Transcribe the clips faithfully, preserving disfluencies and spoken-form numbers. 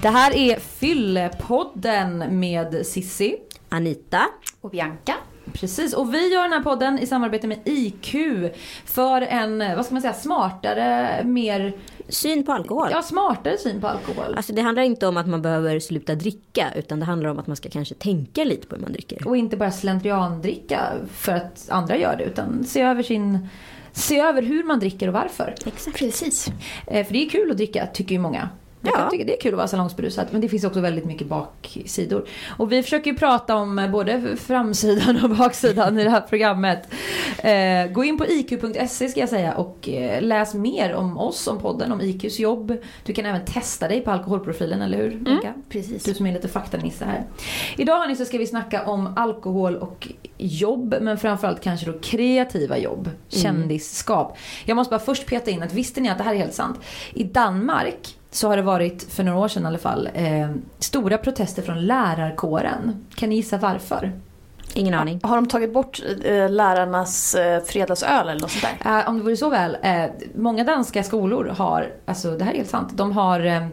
Det här är Fyllepodden med Sissi, Anita och Bianca. Precis, och vi gör den här podden i samarbete med I Q för en, vad ska man säga, smartare, mer... syn på alkohol. Ja, smartare syn på alkohol. Alltså det handlar inte om att man behöver sluta dricka, utan det handlar om att man ska kanske tänka lite på hur man dricker. Och inte bara slentriandricka för att andra gör det, utan se över sin... Se över hur man dricker och varför. Exakt. Precis. Eh, för det är kul att dricka, tycker ju många. Jag Ja. tycker det är kul att vara salongsberusad, men det finns också väldigt mycket baksidor. Och vi försöker ju prata om både framsidan och baksidan i det här programmet. Eh, gå in på i q punkt se ska jag säga och eh, läs mer om oss, om podden, om I Qs jobb. Du kan även testa dig på alkoholprofilen, eller hur? Mm, precis. Du som är lite faktanisse här. Idag hörni, så ska vi snacka om alkohol och jobb, men framförallt kanske då kreativa jobb, kändisskap. Jag måste bara först peta in att visste ni att det här är helt sant? I Danmark så har det varit, för några år sedan i alla fall, eh, stora protester från lärarkåren. Kan ni gissa varför? Ingen aning. Har de tagit bort eh, lärarnas eh, fredagsöl eller något sånt där? Eh, om det vore så väl, eh, många danska skolor har, alltså det här är helt sant, de har... Eh,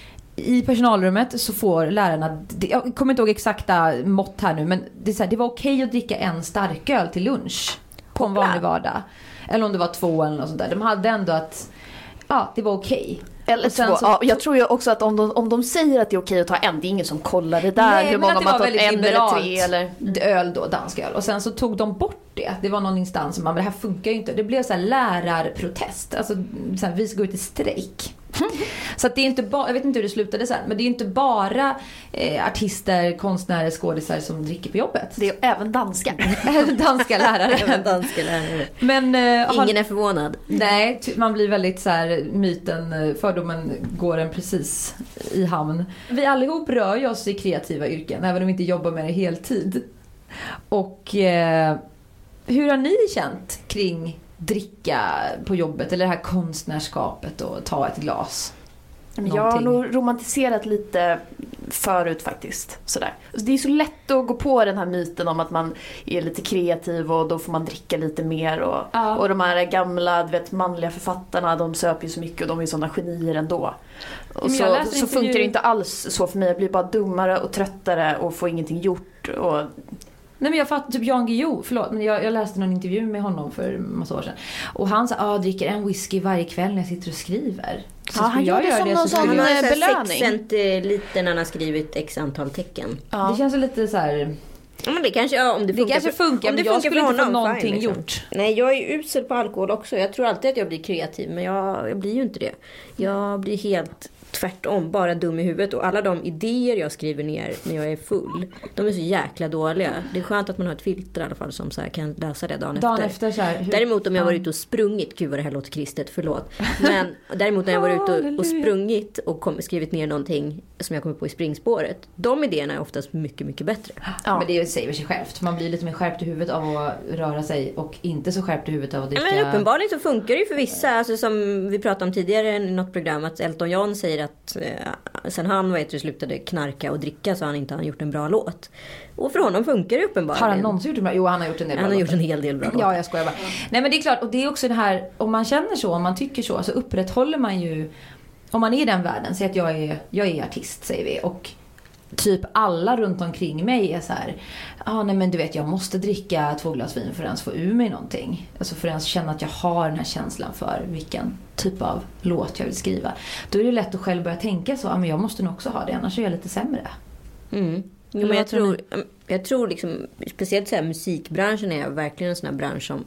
i personalrummet så får lärarna, jag kommer inte ihåg exakta mått här nu, men det, är så här, det var okej att dricka en starköl till lunch på en vanlig vardag. Eller om det var två eller något sånt där. De hade ändå att, ja, det var okej. Eller sen två. så- Ja, jag tror ju också att om de, om de säger att det är okej att ta en, det är ingen som kollar det där. Nej, hur men många att det man var tar väldigt en eller liberalt. tre eller... Öl då, dansk öl. Och sen så tog de bort det. Det var någon instans som bara, men det här funkar ju inte. Det blev så här lärarprotest. Alltså så här, vi ska gå ut i strejk. Så att det är inte bara, jag vet inte hur det slutade sen, men det är inte bara eh, artister, konstnärer, skådisar som dricker på jobbet. Det är även danska. Danska lärare. Även danska lärare. Men eh, har- Ingen är förvånad. nej, ty- man blir väldigt så här, myten, eh, fördomen går en precis i hamn. Vi allihop rör ju oss i kreativa yrken, även om vi inte jobbar med det heltid. Och eh, hur har ni känt kring dricka på jobbet, eller det här konstnärskapet och ta ett glas? Jag har Någonting. nog romantiserat lite förut faktiskt. Sådär. Det är så lätt att gå på den här myten om att man är lite kreativ och då får man dricka lite mer. Och, Ja. och de här gamla, du vet, manliga författarna, de söper ju så mycket och de är sådana genier ändå. Och Men jag så, läste så intervju- funkar det inte alls så för mig. Jag blir bara dummare och tröttare och får ingenting gjort. Och... Nej, men jag fattar typ Jan Guillou, förlåt, men jag, jag läste någon intervju med honom för en massa år sedan. Och han sa, ah, dricker en whisky varje kväll när jag sitter och skriver. Så Ja, han skulle jag gör det göra som det någon så sån- skulle Han jag... har så här belöning. sex centiliter när han har skrivit x antal tecken. Ja. Det känns ju lite så här. Ja, men det kanske, ja, om det Det funkar kanske för- funkar, om men det jag funkar skulle för inte få honom, någonting fine, liksom. gjort. Nej, jag är usel på alkohol också. Jag tror alltid att jag blir kreativ, men jag, jag blir ju inte det. Jag blir helt tvärtom, bara dum i huvudet. Och alla de idéer jag skriver ner när jag är full, de är så jäkla dåliga. Det är skönt att man har ett filter i alla fall som så här kan läsa det dagen, Dagen efter. efter så här, hur... Däremot om jag Ja. varit ute och sprungit, gud vad det här låter kristet, förlåt. Men däremot när jag varit ute och, och Halleluja. sprungit och kom, skrivit ner någonting som jag kommer på i springspåret, de idéerna är oftast mycket, mycket bättre. Ja. Men det säger sig självt. Man blir lite mer skärpt i huvudet av att röra sig och inte så skärpt i huvudet av att dricka. Men uppenbarligen så funkar det ju för vissa. Alltså som vi pratade om tidigare i något program, att Elton John säger att eh, sen han vad heter det, slutade knarka och dricka så har han inte han gjort en bra låt. Och för honom funkar det uppenbarligen. Har han någonsin gjort en bra? Jo, han har gjort en del bra Han har gjort låtar. en hel del bra låtar. Ja, jag skojar bara. Nej, men det är klart, och det är också det här, om man känner så, om man tycker så, så upprätthåller man ju, om man är i den världen, säg att jag är, jag är artist, säger vi, och typ alla runt omkring mig är så här, ja ah, nej men du vet, jag måste dricka två glas vin för att ens få ur mig någonting. Alltså för att ens känna att jag har den här känslan för vilken typ av låt jag vill skriva. Då är det lätt att själv börja tänka så, ja ah, men jag måste nog också ha det, annars är jag lite sämre. Mm. Jo, Eller men jag vad tror tror, jag tror liksom, speciellt så här, musikbranschen är verkligen en sån här bransch som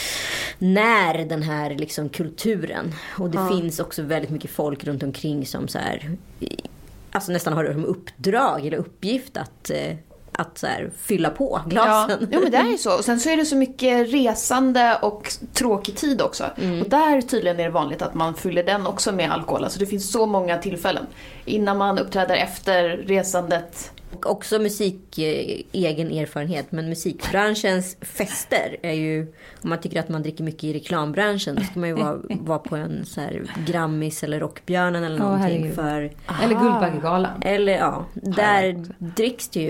när den här liksom kulturen. Och det Ja. finns också väldigt mycket folk runt omkring som så här, alltså nästan har det som uppdrag eller uppgift att, eh, att så här, fylla på glasen. Ja, jo, men det är ju så. Och sen så är det så mycket resande och tråkig tid också. Mm. Och där tydligen är det vanligt att man fyller den också med alkohol. Alltså det finns så många tillfällen. Innan man uppträder, efter resandet. Och också musik, eh, egen erfarenhet. Men musikbranschens fester är ju, om man tycker att man dricker mycket i reklambranschen, då ska man ju vara, vara på en så här Grammis eller Rockbjörnen eller Ja, någonting herregud. för... Eller Guldbaggegalan. Eller ja, där dricks det ju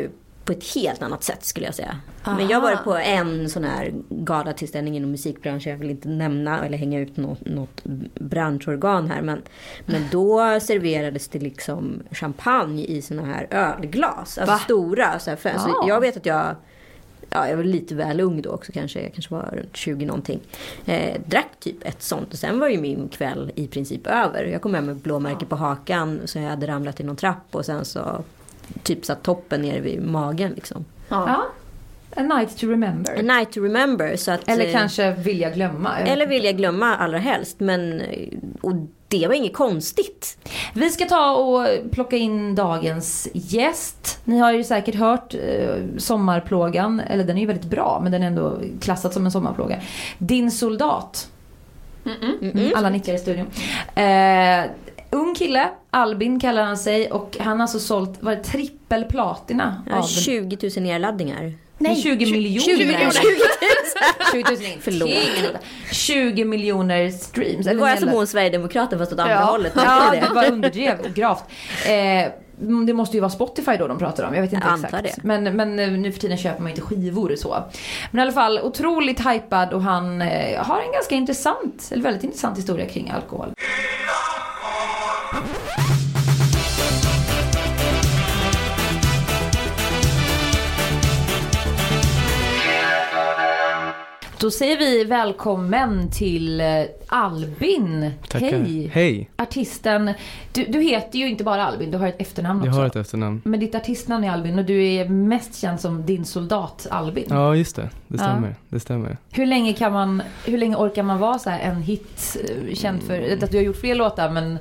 på ett helt annat sätt skulle jag säga. Aha. Men jag var på en sån här galatillställning inom musikbranschen. Jag vill inte nämna eller hänga ut något, något branschorgan här. Men, men då serverades det liksom champagne i såna här ölglas. Alltså Va? stora. Så, här, för, Ja. så jag vet att jag... Ja, jag var lite väl ung då också kanske. Jag kanske var runt tjugo någonting. Eh, drack typ ett sånt. Och sen var ju min kväll i princip över. Jag kom hem med blåmärke på hakan. Så jag hade ramlat i någon trapp. Och sen så typ satt toppen nere vid magen liksom. Ja. Ja. A night to remember. A night to remember. Så att, Eller eh, kanske vill jag glömma. Jag vet Eller inte. vill jag glömma allra helst. Men, och det var inget konstigt. Vi ska ta och plocka in dagens gäst. Ni har ju säkert hört eh, sommarplågan. Eller den är ju väldigt bra, men den är ändå klassad som en sommarplåga. Din soldat. Mm-mm. Mm-mm. Alla nickar i studion. Eh, ung kille, Albin kallar han sig. Och han har alltså sålt, var det trippelplatina? Ja, tjugo tusen nedladdningar. Nej, tjugo miljoner. tjugo miljoner. tjugo tusen är Förlåt. ingenting. tjugo miljoner streams. Det Eller var jag som nedladd- hon Sverigedemokraten fast åt andra Ja. hållet. Ja, Det. det var underdrev gravt. Eh, det måste ju vara Spotify då de pratar om. Jag vet inte Jag antar exakt. det. Men, men nu för tiden köper man inte skivor så. Men i alla fall otroligt hypad och han eh, har en ganska intressant, eller väldigt intressant historia kring alkohol. Då säger vi välkommen till eh, Albin. Tackar. Hej. Hej. Artisten, du, du heter ju inte bara Albin, du har ett efternamn Jag också. har ett efternamn. Men ditt artistnamn är Albin och du är mest känd som din soldat Albin. Ja, just det. Det Ja. stämmer. Det stämmer. Hur länge kan man, hur länge orkar man vara så här en hit eh, känd för att du har gjort fler låtar, men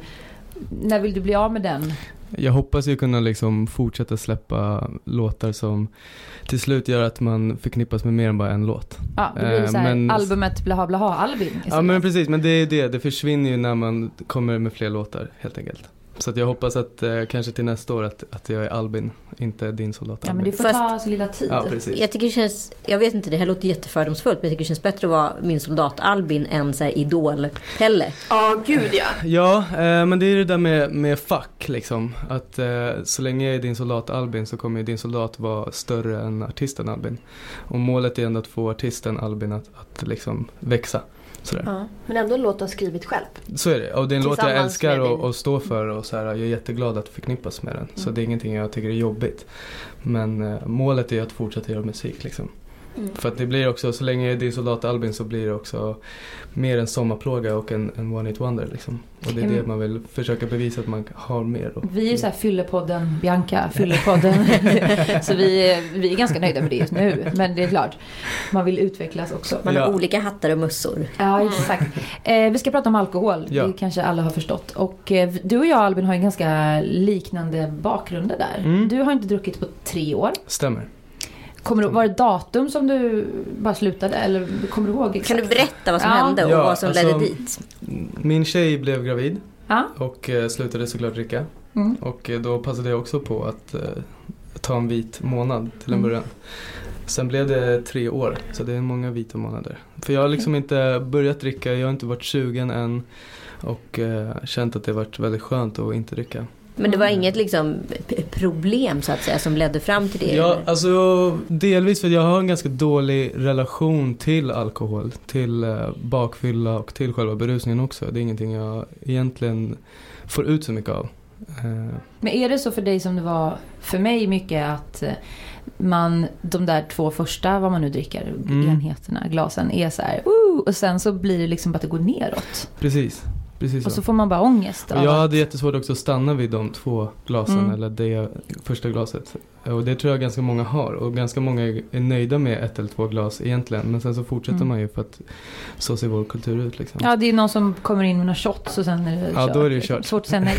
när vill du bli av med den? Jag hoppas ju kunna liksom fortsätta släppa låtar som till slut gör att man förknippas med mer än bara en låt. Ja, då blir det Eh, så här, men- albumet blaha blaha Albin. Ja, men precis. Men det är det. Det försvinner ju när man kommer med fler låtar, helt enkelt. Så att jag hoppas att eh, kanske till nästa år att, att jag är Albin, inte din soldat Ja, Albin. men det får Fast- ta sin lilla tid. Ja, precis. Jag tycker det känns, jag vet inte, det här låter jättefördomsfullt, men jag tycker det känns bättre att vara min soldat Albin än så här Idol-Pelle. Ja, gud ja. Ja, eh, men det är det där med, med fack liksom. Att eh, så länge jag är din soldat Albin så kommer ju din soldat vara större än artisten Albin. Och målet är ändå att få artisten Albin att, att liksom växa. Sådär. Ja. Men ändå en låt du har skrivit själv. Så är det. Och det är en låt jag Tillsammans älskar med att din- att stå för. Och så här, jag är jätteglad att förknippas med den. Så Mm. det är ingenting jag tycker är jobbigt. Men eh, målet är att fortsätta göra musik liksom. Mm. För att det blir också, så länge jag är din soldat Albin så blir det också mer en sommarplåga och en, en one hit wonder liksom. Och det är Mm. det man vill försöka bevisa att man har mer. Och, Vi är ju så här fyllepodden Bianca, fyllepodden. Så vi är, vi är ganska nöjda med det just nu. Men det är klart, man vill utvecklas också. Man har Ja. olika hattar och mössor. Ja, exakt. Eh, vi ska prata om alkohol, Ja. det kanske alla har förstått. Och eh, du och jag Albin har en ganska liknande bakgrunder där. Mm. Du har inte druckit på tre år. Stämmer. Kommer du, var det datum som du bara slutade? Eller kommer du ihåg exakt? Kan du berätta vad som Ja. hände och Ja, vad som alltså- ledde dit? Min tjej blev gravid Ja. och eh, slutade såklart dricka. Mm. Och eh, då passade jag också på att eh, ta en vit månad till en Mm. början. Sen blev det tre år, så det är många vita månader. För jag har liksom inte börjat dricka, jag har inte varit sugen än. Och eh, känt att det har varit väldigt skönt att inte dricka. Men det var Mm. inget liksom p- problem så att säga som ledde fram till det? Ja, eller? alltså delvis för jag har en ganska dålig relation till alkohol. Till eh, bakfylla och till själva berusningen också. Det är ingenting jag egentligen får ut så mycket av. Eh, Men är det så för dig som det var för mig mycket att eh, man, de där två första, vad man nu dricker, Mm. enheterna, glasen, är så här, woo, och sen så blir det liksom bara att det går neråt. precis, precis Och så. så får man bara ångest. Och av jag att- hade jättesvårt också att stanna vid de två glasen, Mm. eller det första glaset. Och det tror jag ganska många har. Och ganska många är nöjda med ett eller två glas egentligen. Men sen så fortsätter Mm. man ju för att så ser vår kultur ut liksom. Ja, det är någon som kommer in med några shots och sen är det Ja, kört, då är det ju liksom. kört. Svårt att säga nej.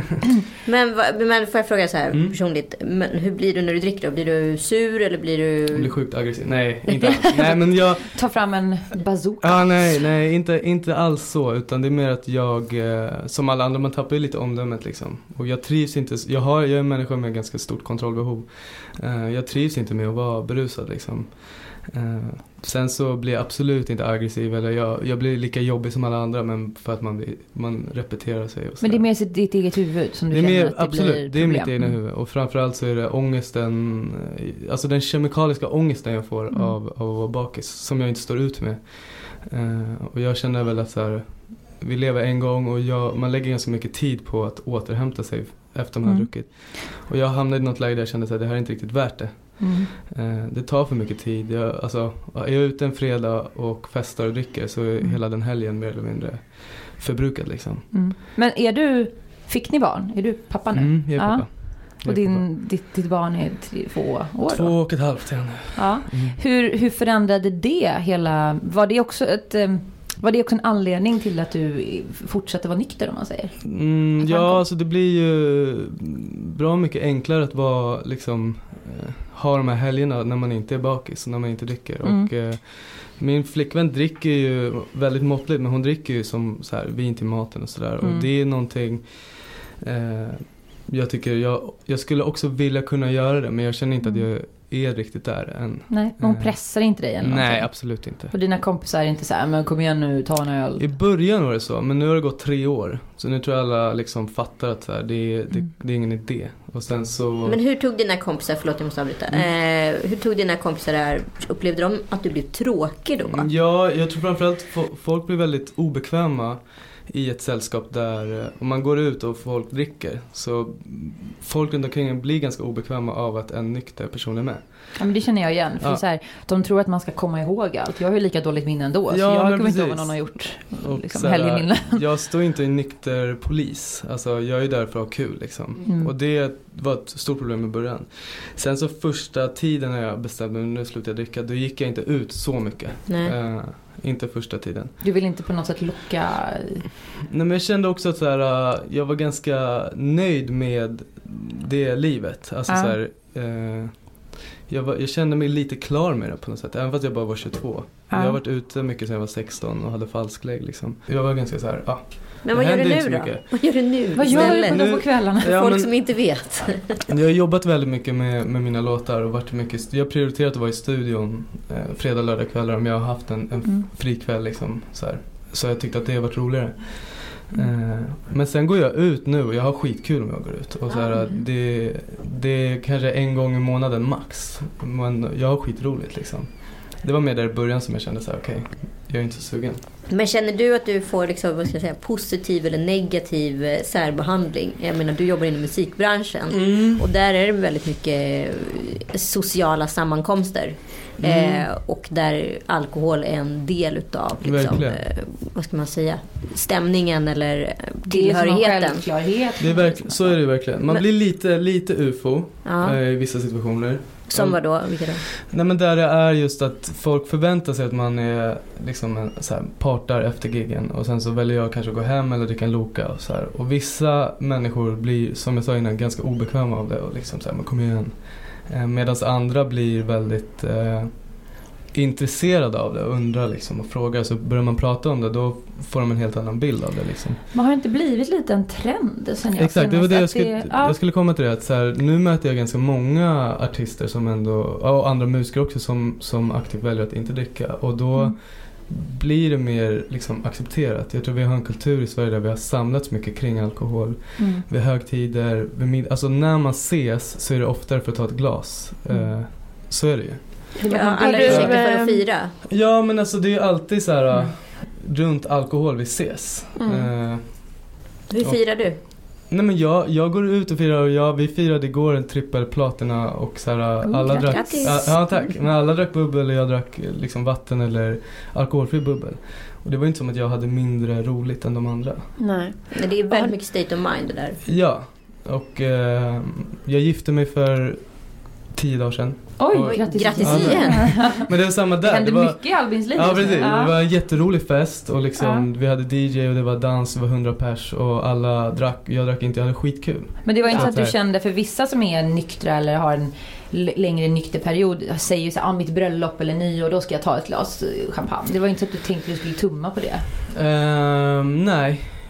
Men, va- men får jag fråga så här Mm. personligt, men hur blir du när du dricker då? Blir du sur eller blir du... Jag blir sjukt aggressiv. Nej, inte alls. Nej, men jag... Ta fram en bazooka. Ja, nej, nej, inte, inte alls så. Utan det är mer att jag, eh, som alla andra, man tappar ju lite omdömet liksom. Och jag trivs inte, jag, har, jag är en människa med ganska stort kontrollbehov. Eh, jag trivs inte med att vara berusad liksom. Uh, sen så blir jag absolut inte aggressiv, eller jag, jag blir lika jobbig som alla andra, men för att man, blir, man repeterar sig. Och men det är mer ditt eget huvud som du det är känner mer, att det absolut, blir det är mitt problem. egna huvud. Och framförallt så är det ångesten, alltså den kemikaliska ångesten jag får Mm. av, av att vara bakis, som jag inte står ut med. Uh, och jag känner väl att så här, vi lever en gång och jag, man lägger ganska mycket tid på att återhämta sig efter man Mm. har druckit. Och jag hamnade i något läge där jag kände att det här är inte riktigt värt det. Mm. Eh, det tar för mycket tid. Jag, alltså, är jag ute en fredag och festar och dricker så är Mm. hela den helgen mer eller mindre förbrukad liksom. Mm. Men är du, fick ni barn? Är du pappa nu? Mm, jag är Ja. pappa. Jag Och är din, ditt, ditt barn är tre, två år pappa. Två då? och ett halvt igen. Ja. Mm. Hur, hur förändrade det hela, var det också ett... eh, Var det också en anledning till att du fortsatte vara nykter, om man säger? Mm, Att han ja, kom? alltså det blir ju bra mycket enklare att vara liksom eh, ha de här helgerna när man inte är bakis, när man inte dricker. Mm. Och eh, min flickvän dricker ju väldigt måttligt, men hon dricker ju som så här vin till maten och sådär. Mm. Och det är någonting eh, jag tycker jag, jag skulle också vilja kunna göra det, men jag känner inte Mm. att jag är riktigt där än. Nej, men hon Eh, pressar inte dig eller Nej, någonting? absolut inte. Och dina kompisar är inte så här, men kom igen nu, ta en öl. I början var det så, men nu har det gått tre år. Så nu tror jag alla liksom fattar att så här, det, är, det, Mm. det är ingen idé. Och sen så... Men hur tog dina kompisar, förlåt jag måste avbryta. Mm. Eh, hur tog dina kompisar det här? Upplevde de att du blev tråkig då? Ja, jag tror framförallt fo- folk blir väldigt obekväma i ett sällskap där eh, om man går ut och folk dricker, så folk runt omkring blir ganska obekväma av att en nykter person är med. Ja, men det känner jag igen. För Ja. så här, de tror att man ska komma ihåg allt. Jag har ju lika dåligt minne ändå. Så Ja, jag men kommer inte ihåg vad precis. någon har gjort. Och Liksom, så här, helgeminnen. jag står inte i nykter polis. Alltså jag är där för att ha kul liksom. Mm. Och det var ett stort problem i början. Sen så första tiden när jag bestämde mig, nu slutar jag dricka, då gick jag inte ut så mycket. Nej. Eh, inte första tiden. Du vill inte på något sätt locka... Nej, men jag kände också att så här, uh, jag var ganska nöjd med det livet. Alltså Ja. så här, uh, jag, var, jag kände mig lite klar med det på något sätt. Även fast jag bara var tjugotvå. Ja. Jag har varit ute mycket sedan jag var sexton och hade falsklägg liksom. Jag var ganska så här, ja. Men vad det gör du händer nu inte så då? mycket. Vad gör du nu Vad gör du istället? på, Nu- på kvällarna? För Ja, folk men- som inte vet. Jag har jobbat väldigt mycket med, med mina låtar och varit mycket, jag har prioriterat att vara i studion eh, fredag, lördag kvällar om jag har haft en, en Mm. fri kväll liksom, så här. Så jag tyckte att det har varit roligare. Eh, men sen går jag ut nu och jag har skitkul om jag går ut. Och så här, Mm. det, det är kanske en gång i månaden max. Men jag har skitroligt liksom. Det var mer där i början som jag kände så här: okej, jag är inte så sugen. Men känner du att du får liksom, vad ska jag säga, positiv eller negativ eh, särbehandling? Jag menar, du jobbar inom musikbranschen. Och där är det väldigt mycket eh, sociala sammankomster. Mm. Eh, och där alkohol är en del utav liksom, Verkligen. eh, vad ska man säga, stämningen eller eh, Det är som en tillhörigheten. självklarhet. Det är verkligen, så är det verkligen. Man Men- blir lite, lite ufo Ja. eh, i vissa situationer. Som Och- var då? Vilka då? Nej, men där det är just att folk förväntar sig att man är liksom en så här partar efter giggen, och sen så väljer jag kanske att gå hem eller dricka en Loka och så här. Och vissa människor blir, som jag sa innan, ganska obekväma av det och liksom så här, men kom igen. Eh, Medan andra blir väldigt eh, intresserade av det och undrar liksom och frågar, så börjar man prata om det, då får de en helt annan bild av det liksom. Man har inte blivit lite en trend sen jag Exakt, det var det jag att skulle, ja. jag skulle komma till det. Att så här, nu möter jag ganska många artister som ändå, och andra musiker också, som, som aktivt väljer att inte dricka. Och då Mm. blir det mer liksom accepterat. Jag tror vi har en kultur i Sverige där vi har samlats mycket kring alkohol. Mm. Vid högtider, vid mid- alltså när man ses så är det oftare för att ta ett glas. Mm. Eh, så är det ju. Det var Ja, man alla vill- du, ursäkter för ehm, att fira. Ja, men alltså det är ju alltid så här Mm. runt alkohol vi ses. Mm. Eh, Hur firar du? Nej, men jag, jag går ut och firar, och jag, vi firade igår en trippelplatina och så här, Oh, alla drack, grattis. ja, ja tack, men alla drack bubbel och jag drack liksom vatten eller alkoholfri bubbel. Och det var inte som att jag hade mindre roligt än de andra. Nej. Men det är väldigt mycket state of mind det där. Ja, och eh, jag gifte mig för tio dagar sedan. Oj, Och- grattis, Grattis igen. Men det var samma Det där. hände det var, mycket i Albins liv. Ja, just nu. precis. Ja. Det var en jätterolig fest och liksom, vi hade D J och det var dans, det var hundra pers och alla drack, jag drack inte, jag hade skitkul. Men det var inte Ja, så att du så här. kände, för vissa som är nyktra eller har en l- längre nykter period säger ju så här, ah, mitt bröllop eller nyår, då ska jag ta ett glas eh, champagne. Det var inte så att du tänkte att du skulle tumma på det. Ehm, nej,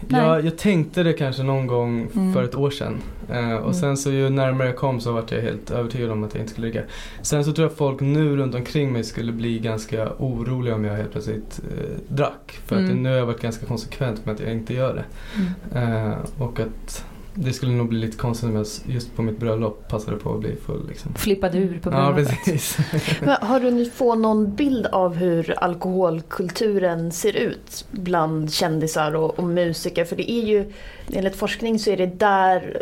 Jag, jag tänkte det kanske någon gång Mm. för ett år sedan. Eh, och Mm. sen så ju närmare jag kom så var jag helt övertygad om att jag inte skulle dricka. Sen så tror jag folk nu runt omkring mig skulle bli ganska oroliga om jag helt plötsligt eh, drack. För Mm. att nu har jag varit ganska konsekvent med att jag inte gör det. Mm. Eh, och att det skulle nog bli lite konstigt om jag just på mitt bröllop passade på att bli full liksom. Flippade ur på Ja, bröllopet. precis. Men har du nu få någon bild av hur alkoholkulturen ser ut bland kändisar och, och musiker? För det är ju, enligt forskning så är det där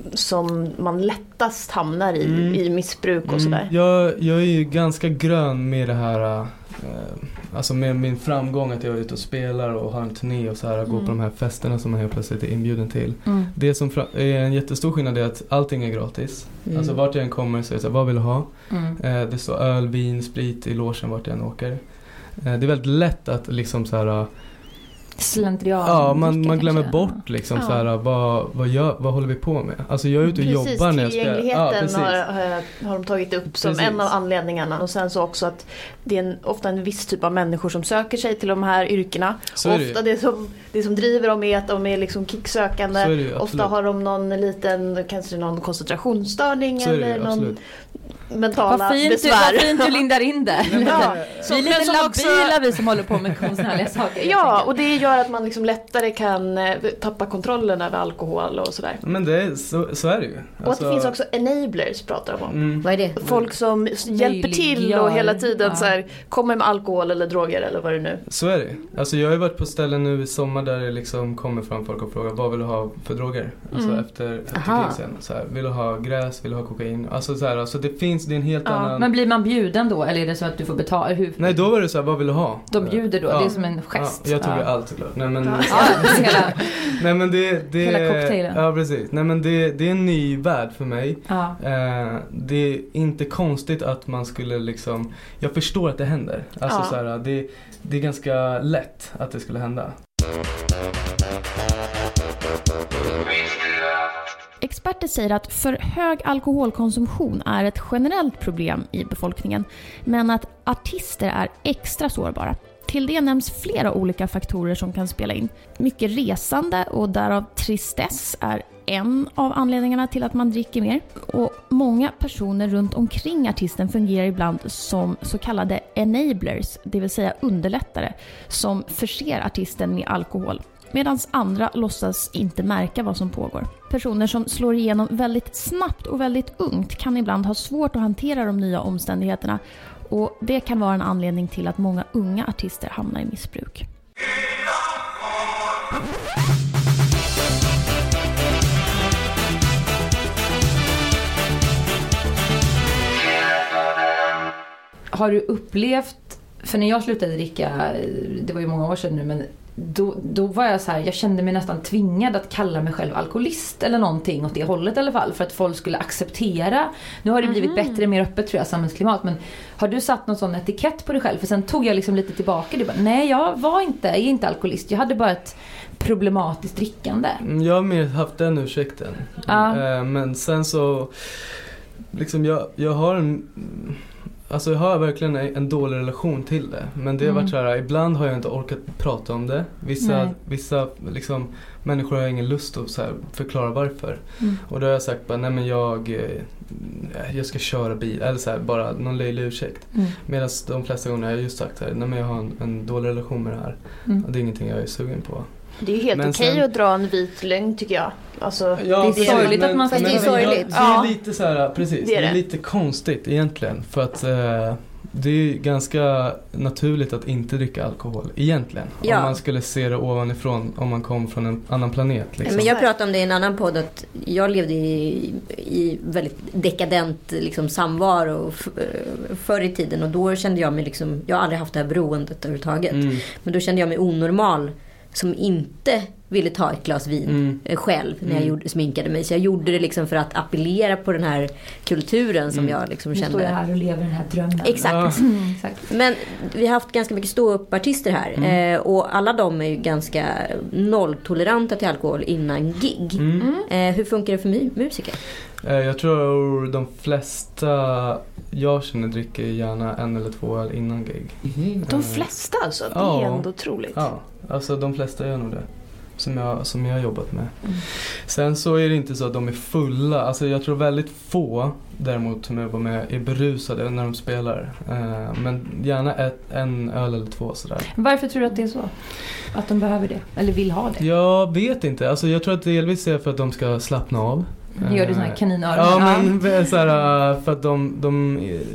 som man lättast hamnar i, Mm. i missbruk och sådär. Mm, jag, jag är ju ganska grön med det här, eh, alltså med min framgång att jag är ute och spelar och har en turné och så här, går Mm. på de här festerna som man helt plötsligt är inbjuden till. Mm. Det som fra- är en jättestor skillnad är att allting är gratis. Mm. Alltså vart jag än kommer så är det så här, vad vill du ha? Mm. Eh, det står öl, vin, sprit i logen vart jag än åker. Eh, det är väldigt lätt att liksom så här, Slentrian. ja, man, dricka man glömmer kanske. bort liksom Ja. så här, vad, vad, gör, vad håller vi på med? Alltså jag är ute och Precis, jobbar när jag spelar. tillgängligheten Ja, precis. har, har de tagit upp som Precis. en av anledningarna. Och sen så också att det är en, ofta en viss typ av människor som söker sig till de här yrkena. Så är det ju. Ofta det som, det som driver dem är att de är liksom kicksökande. Så är det ju, Ofta absolut. har de någon liten, kanske någon koncentrationsstörning Så är det ju, eller någon absolut. mentala Vad fint, du, besvär. vad fint du lindar in det. Ja, Vi är men lite som labila också- vi som håller på med konstnärliga saker. helt Ja, enkelt. och det gör att man liksom lättare kan eh, tappa kontrollen över alkohol och sådär. Men det är, så, så är det ju. Och att det finns också enablers pratar de om. Mm. Vad är det? Folk som hjälper till Möjliggör. och hela tiden Ja. så här, kommer med alkohol eller droger eller vad det nu. Så är det. Alltså jag har ju varit på ställen nu i sommar där det liksom kommer fram folk och frågar vad vill du ha för droger? Alltså Mm. efter, efter Aha. krisen. Så här, vill du ha gräs? Vill du ha kokain? Alltså så här, alltså det finns, det är en helt Ja, annan... Men blir man bjuden då? Eller är det så att du får betala? Hur? Nej, då var det så här, vad vill du ha? De bjuder då? Ja. Det är som en gest. Ja, jag tog ja. ju allt såklart. Nej men, Ja. Ja, hela, nej, men det, det, Hela cocktailen. Ja, precis. Nej men det, det är en ny värld för mig. ja. Eh, det är inte konstigt att man skulle liksom... Jag förstår att det händer. Alltså Ja. så här, det, det är ganska lätt att det skulle hända. Experter säger att för hög alkoholkonsumtion är ett generellt problem i befolkningen, men att artister är extra sårbara. Till det nämns flera olika faktorer som kan spela in. Mycket resande och därav tristess är en av anledningarna till att man dricker mer. Och många personer runt omkring artisten fungerar ibland som så kallade enablers, det vill säga underlättare, som förser artisten med alkohol. Medan andra låtsas inte märka vad som pågår. Personer som slår igenom väldigt snabbt och väldigt ungt kan ibland ha svårt att hantera de nya omständigheterna. Och det kan vara en anledning till att många unga artister hamnar i missbruk. Har du upplevt, för när jag slutade dricka, det var ju många år sedan nu, men då, då var jag så här, jag kände mig nästan tvingad att kalla mig själv alkoholist eller någonting åt det hållet i alla fall, för att folk skulle acceptera. Nu har det blivit bättre, mer öppet tror jag, samhällsklimat, men har du satt någon sån etikett på dig själv? För sen tog jag liksom lite tillbaka det, bara, nej jag var inte, jag är inte alkoholist, jag hade bara ett problematiskt drickande. Mm, Jag har mer haft den ursäkten. Ja. Eh, Men sen så... Liksom jag, jag har en... Alltså jag har verkligen en, en dålig relation till det. Men det har Mm. varit så här, ibland har jag inte orkat prata om det. Vissa, Nej. vissa liksom, människor har ingen lust att så här, förklara varför. Mm. Och då har jag sagt bara, nej men jag, eh, jag ska köra bil. Eller så här, bara någon löjlig ursäkt. Mm. Medan de flesta gånger har jag just sagt så här, nej men jag har en, en dålig relation med det här. Mm. Och det är ingenting jag är sugen på. Det är ju helt Men okej sen- att dra en vit lögn tycker jag. Alltså, Ja, Det är precis, sorgligt att man- Fast det är men- sorgligt. Ja, det är Ja. lite så här, precis. Det Det är är, det. lite konstigt egentligen. För att eh, det är ganska naturligt att inte dricka alkohol egentligen. Ja. Om man skulle se det ovanifrån, om man kom från en annan planet. Liksom. Men jag pratade om det i en annan podd att jag levde i, i väldigt dekadent liksom, samvaro f- förr i tiden och då kände jag mig liksom, jag har aldrig haft det här beroendet överhuvudtaget. Mm. Men då kände jag mig onormal som inte ville ta ett glas vin Mm. eh, själv när jag Mm. gjorde, sminkade mig. Så jag gjorde det liksom för att appellera på den här kulturen som Mm. jag liksom Nu står jag kände. här och lever den här drömmen. Exakt. Ja. Mm, exakt. Men vi har haft ganska mycket ståuppartister här. Mm. Eh, och alla de är ju ganska nolltoleranta till alkohol innan gig. Mm. Eh, hur funkar det för mu- musiker? Eh, Jag tror de flesta jag känner dricker gärna en eller två öl innan gig. de flesta alltså, det är Ja. ändå otroligt. Ja, alltså de flesta gör nog det. som jag, som jag har jobbat med. Mm. Sen så är det inte så att de är fulla. Alltså jag tror väldigt få däremot som jobbar med är berusade när de spelar. Eh, men gärna ett, en öl eller två sådär. Varför tror du att det är så? Att de behöver det? Eller vill ha det? Jag vet inte. Alltså jag tror att det delvis är för att de ska slappna av. Gör det sån här kaninöron? Ja, men så här, för att de, de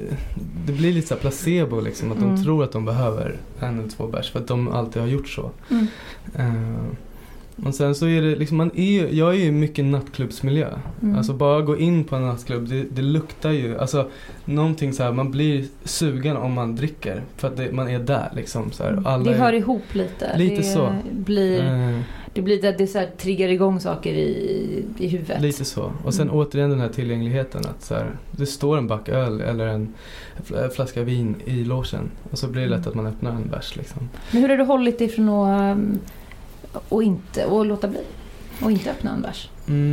det blir lite så här placebo liksom, att de Mm. tror att de behöver en eller två bärs för att de alltid har gjort så. Mm. Uh, och sen så är det liksom, man är, jag är ju mycket nattklubbsmiljö. Mm. Alltså bara gå in på en nattklubb, det, det luktar ju, alltså någonting så här, man blir sugen om man dricker för att det, man är där liksom så här, alla Det hör är, ihop lite. Lite det så. Blir, uh, det blir det, det så här, triggar igång saker i, i huvudet. Lite så. Och sen Mm. återigen den här tillgängligheten att så här, det står en back öl eller en fl- flaska vin i logen och så blir det lätt Mm. att man öppnar en bärs liksom. Men hur har du hållit dig från att um, och inte och låta bli och inte öppna en bärs?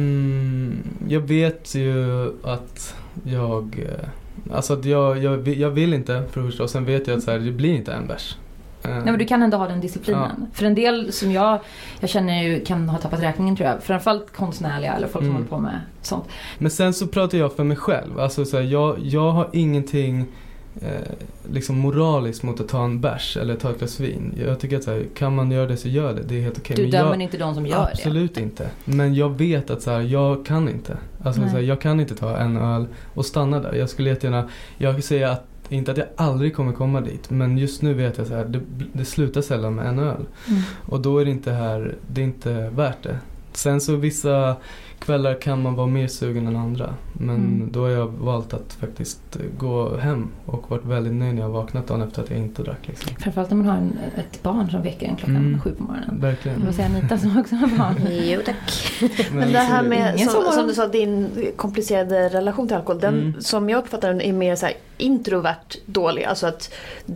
Mm, jag vet ju att jag alltså att jag, jag, vill- jag vill inte för första och sen vet jag att så här, det blir inte en bärs. Eh, Nej, men du kan ändå ha den disciplinen. För en del som jag, jag känner ju kan ha tappat räkningen tror jag. Framförallt konstnärliga eller folk som Mm. håller på med sånt. Men sen så pratar jag för mig själv. Alltså så här, jag, jag har ingenting eh, liksom moraliskt mot att ta en bärs eller ta ett glas vin. Jag tycker att så här, kan man göra det så gör det. Det är helt okej. Du Men dömer jag, inte de som gör absolut inte. Men jag vet att så här, jag kan inte. Alltså Nej. så här, jag kan inte ta en öl och stanna där. Jag skulle jättegärna, jag säger att inte att jag aldrig kommer komma dit, men just nu vet jag så här, det, det slutar sällan med en öl. det. Mm. Och då är det inte här, det är inte värt det. Sen så vissa kvällar kan man vara mer sugen än andra. Men Mm. då har jag valt att faktiskt gå hem och varit väldigt nöjd när jag vaknat dagen efter att jag inte drack. Liksom. Framförallt när man har en, ett barn som väcker en klockan Mm. sju på morgonen. Verkligen. Jag vill säga Anita som också har barn. Jo tack. Men det här med, Ingen som, som- som du sa, din komplicerade relation till alkohol, den Mm. som jag uppfattar den är mer så här introvert dålig. Alltså att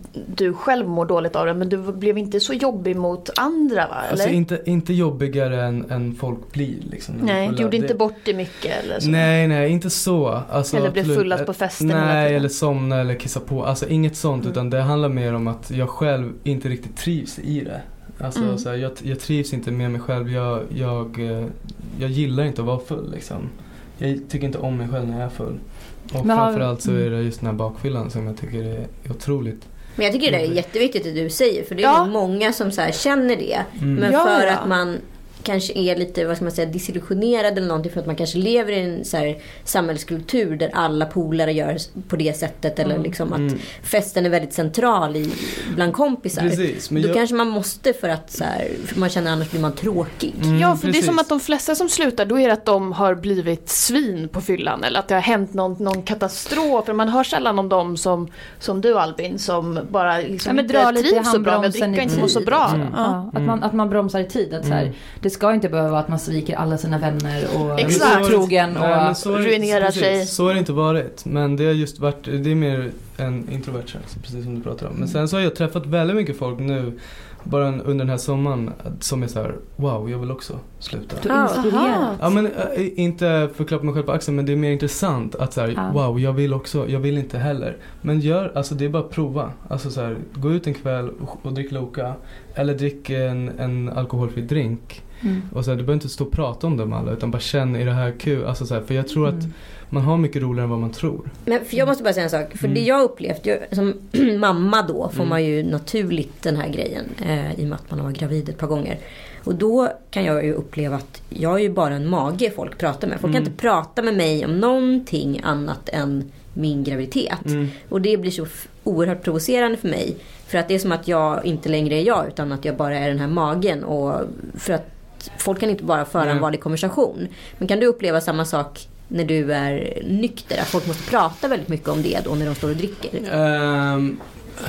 du själv mår dåligt av det, men du blev inte så jobbig mot andra, va? Eller? Alltså inte, inte jobbigare än, än folk blir. Liksom, när de Nej, är du fulla. gjorde inte Det- bort det mycket eller så? Nej, nej, inte så. Alltså, Eller blev absolut. fullast på festen hela Nej, tiden? eller somna eller kissa på. Alltså inget sånt, Mm. utan det handlar mer om att jag själv inte riktigt trivs i det. Alltså Mm. så här, jag, jag trivs inte med mig själv. Jag, jag, eh, jag gillar inte att vara full liksom. Jag tycker inte om mig själv när jag är full. Och Men har- framförallt så mm. är det just den här bakfyllan som jag tycker är otroligt. Men jag tycker det är jätteviktigt det du säger. För det är Ja. nog många som så här känner det. Mm. Men Ja, för ja. att man kanske är lite, vad ska man säga, desillusionerad eller någonting, för att man kanske lever i en så här samhällskultur där alla polare gör på det sättet, eller Mm. liksom att Mm. festen är väldigt central i, bland kompisar. Precis, men Då jag, kanske man måste, för att så här, för man känner annars blir man tråkig. Mm, Ja, för det är som precis. att de flesta som slutar, då är det att de har blivit svin på fyllan. Eller att det har hänt någon, någon katastrof. För man hör sällan om dem som, Som du, Albin, som bara liksom Ja, men inte dra lite i trivs så bra med att handbromsen dricka, i inte mår så tid. bra. Mm. Ja. Ja, att, man, att man bromsar i tid. Att så här, Mm. det ska inte behöva vara att man sviker alla sina vänner och Exakt. är otrogen. Nej, men Och, så är det- ruinerar precis, sig. Så har det inte varit. Men det har just varit, det är mer en introvert känsla, precis som du pratar om. Men sen så har jag träffat väldigt mycket folk nu, bara under den här sommaren, som är så här: wow, jag vill också sluta. du Ja, inspirerar. aha. Ja, men äh, inte förklara mig själv på axeln, men det är mer intressant att så här, Ja. wow, jag vill också, jag vill inte heller. Men gör, alltså det är bara att prova. Alltså så här, gå ut en kväll och, och drick Loka, eller drick en, en alkoholfri drink. Mm. Och så här, du behöver inte stå och prata om dem alla, utan bara känn, är det här kul? Alltså så här, för jag tror att Mm. man har mycket roligare än vad man tror. Men för jag måste bara säga en sak. För Mm. det jag upplevt, jag, som mamma då, får Mm. man ju naturligt den här grejen. Eh, I och med att man har varit gravid ett par gånger. Och då kan jag ju uppleva att jag är ju bara en mage folk pratar med. Folk kan Mm. inte prata med mig om någonting annat än min graviditet. Mm. Och det blir så f- oerhört provocerande för mig. För att det är som att jag inte längre är jag, utan att jag bara är den här magen. Och för att folk kan inte bara föra en Mm. vanlig konversation. Men kan du uppleva samma sak när du är nykter? Att folk måste prata väldigt mycket om det då när de står och dricker? Ehm,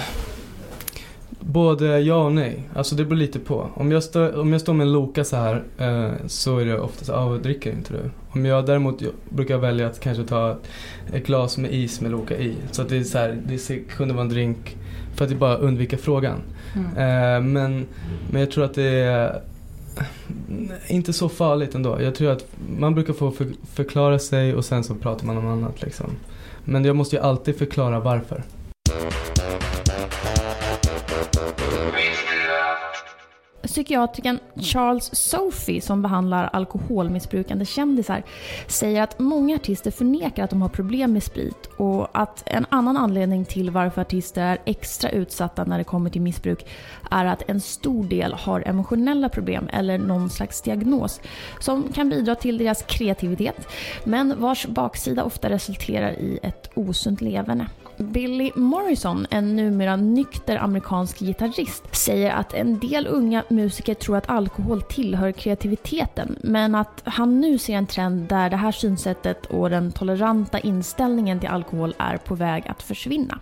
både ja och nej. Alltså det beror lite på. Om jag, stå, om jag står med en Loka så här, eh, så är det ofta så, ah, dricker inte du? Om jag däremot jag brukar välja att kanske ta ett glas med is med Loka i. Så att det är så här, det kunde vara en drink för att bara undvika frågan. Mm. Eh, men, men jag tror att det är inte så farligt ändå. Jag tror att man brukar få för, förklara sig och sen så pratar man om annat liksom. Men jag måste ju alltid förklara varför. Psykiatriken Charles Sophie, som behandlar alkoholmissbrukande kändisar, säger att många artister förnekar att de har problem med sprit och att en annan anledning till varför artister är extra utsatta när det kommer till missbruk är att en stor del har emotionella problem eller någon slags diagnos som kan bidra till deras kreativitet, men vars baksida ofta resulterar i ett osunt leverne. Billy Morrison, en numera nykter amerikansk gitarrist, säger att en del unga musiker tror att alkohol tillhör kreativiteten, men att han nu ser en trend där det här synsättet och den toleranta inställningen till alkohol är på väg att försvinna.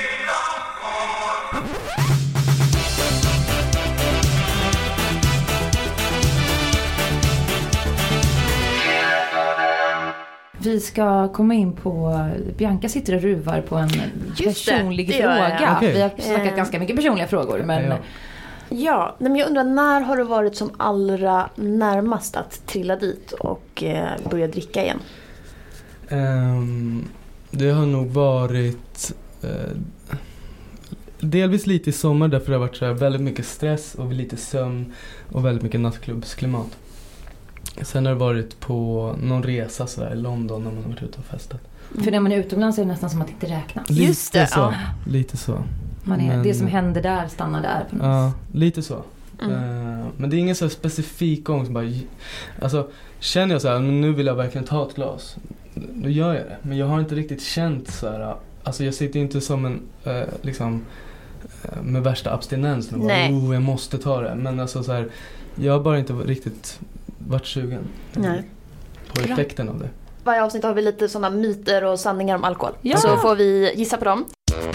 Vi ska komma in på, Bianca sitter och ruvar på en Just det, personlig det gör jag. fråga. Okej. Vi har snackat Eh. ganska mycket personliga frågor, men Ja. Ja, men jag undrar, när har du varit som allra närmast att trilla dit och eh, börja dricka igen? Ehm, det har nog varit eh, delvis lite i sommar, därför det har varit så här väldigt mycket stress och lite sömn och väldigt mycket nattklubbsklimat. Sen har det varit på någon resa så här, i London när man har varit ute och festat. för när man är utomlands är det nästan som att det inte räknas. Just Lite det, så, ja. lite så. Man är, Men- det som händer där stannar där på något Ja, vis. lite så. Mm. Eh, men det är ingen så här specifik gång som bara, alltså känner jag så här, men nu vill jag verkligen ta ett glas, då gör jag det. Men jag har inte riktigt känt så här, alltså jag sitter inte som en eh, liksom eh, med värsta abstinens och bara, Nej. oh, jag måste ta det. Men alltså så här, jag har bara inte riktigt varit sugen Nej. på Bra. effekten av det. Varje avsnitt har vi lite sådana myter och sanningar om alkohol. Ja. Så får vi gissa på dem.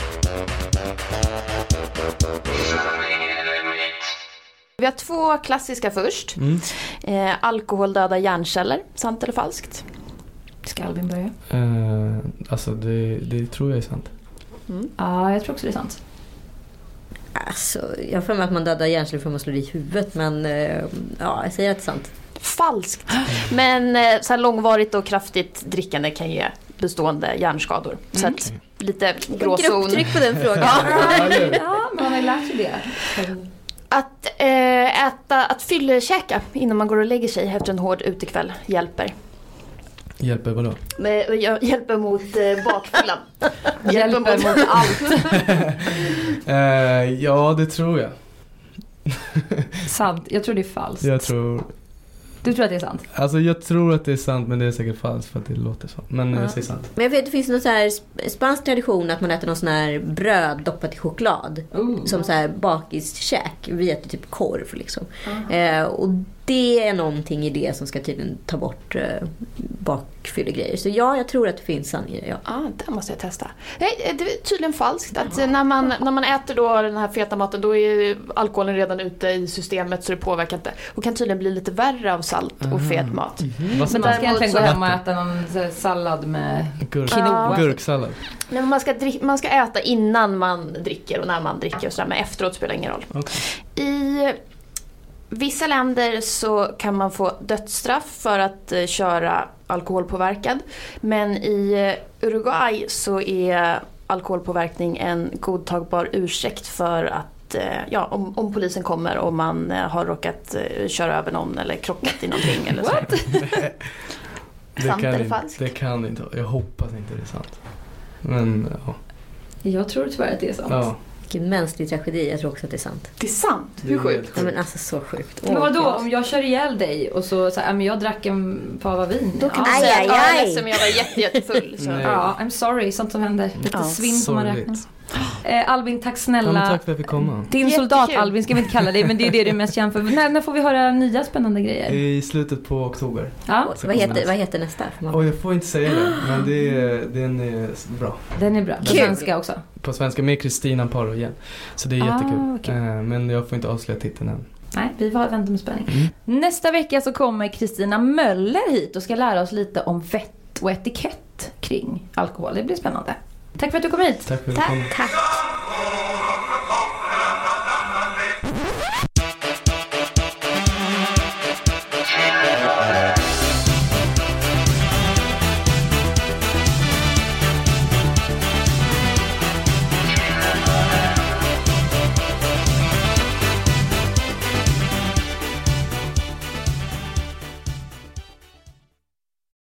Vi har två klassiska först. Mm. Eh, alkohol dödar hjärnceller, sant eller falskt? Ska Albin börja? Eh, alltså det, det tror jag är sant. Mm. Ja, jag tror också det är sant. Alltså, jag har för mig att man dödar hjärnceller för att man slår i huvudet, men eh, ja, jag säger att det är sant. Falskt. Men eh, så här långvarigt och kraftigt drickande kan ge bestående hjärnskador. Så Mm. att lite gråzon. Grupptryck på den frågan. Ja, men man har ju lärt sig det. Att eh, äta, att fyllekäka innan man går och lägger sig efter en hård utekväll hjälper. Hjälper vadå? Men, jag hjälper mot eh, bakfyllan. Hjälper mot allt. Eh, ja, det tror jag. Sant. Jag tror det är falskt. Jag tror Du tror att det är sant? Alltså jag tror att det är sant, men det är säkert falskt för att det låter så. Men Ja. jag säger sant. Men jag vet, det finns någon så här sp- spansk tradition att man äter någon sån här bröd doppat i choklad. Oh. Som så här bakiskäk. Vi äter typ korv liksom. Eh, och det är någonting i det som ska tydligen ta bort eh, bakfyllegrejer. Så ja, jag tror att det finns sanning i det, ja. Ja, det måste jag testa. Nej, det är tydligen falskt. Att eh, när man, när man äter då den här feta maten, då är alkoholen redan ute i systemet så det påverkar inte. Och kan tydligen bli lite värre av salt och Aha. fet mat. Vad Men ska man man ska egentligen gå så- hem och äta någon så här sallad med Gurk, quinoa. gurksallad. Nej, men man, ska drick, man ska äta innan man dricker och när man dricker och sådär, men efteråt spelar ingen roll. Okay. I vissa länder så kan man få dödsstraff för att eh, köra alkoholpåverkad. Men i eh, Uruguay så är alkoholpåverkning en godtagbar ursäkt för att eh, ja, om, om polisen kommer och man eh, har råkat eh, köra över någon eller krockat i någonting eller så. Det Sant kan, eller inte, falskt? det kan inte vara. Jag hoppas inte det är sant. Men ja. Jag tror tyvärr att det är sant. ja. Vilken mänsklig tragedi, jag tror också att det är sant. Det är sant, Det hur är sjukt? helt Ja, men alltså så sjukt. Men vadå, Åh, om jag kör ihjäl dig och så, så här, men jag drack en pava vin. Då kan ja. man Aj, säga aj, att jag är aj. ledsen men jag var jätte, jättefull. Så. Nej. Ja, I'm sorry, sånt som händer. Lite Ja, svinn får man räkna. sorgligt. Eh, Albin, tack Ja, snälla. men tack för att jag fick komma. Din Jättekul. soldat Albin ska vi inte kalla dig, men det är det du är mest känd för. När, när får vi höra nya spännande grejer? I slutet på oktober. Ja, Vad heter, vad heter nästa? Får man- Och jag får inte säga det, men det är, den är bra. den är bra. På Kul. svenska också. På svenska med Kristina Paro igen. Så det är Ah, jättekul. okej. Eh, Men jag får inte avslöja titeln än. Nej, vi får vänta med spänning. Mm. Nästa vecka så kommer Kristina Möller hit och ska lära oss lite om vett och etikett kring alkohol. Det blir spännande. Tack för att du kom hit. Tack för att du kom. Tack.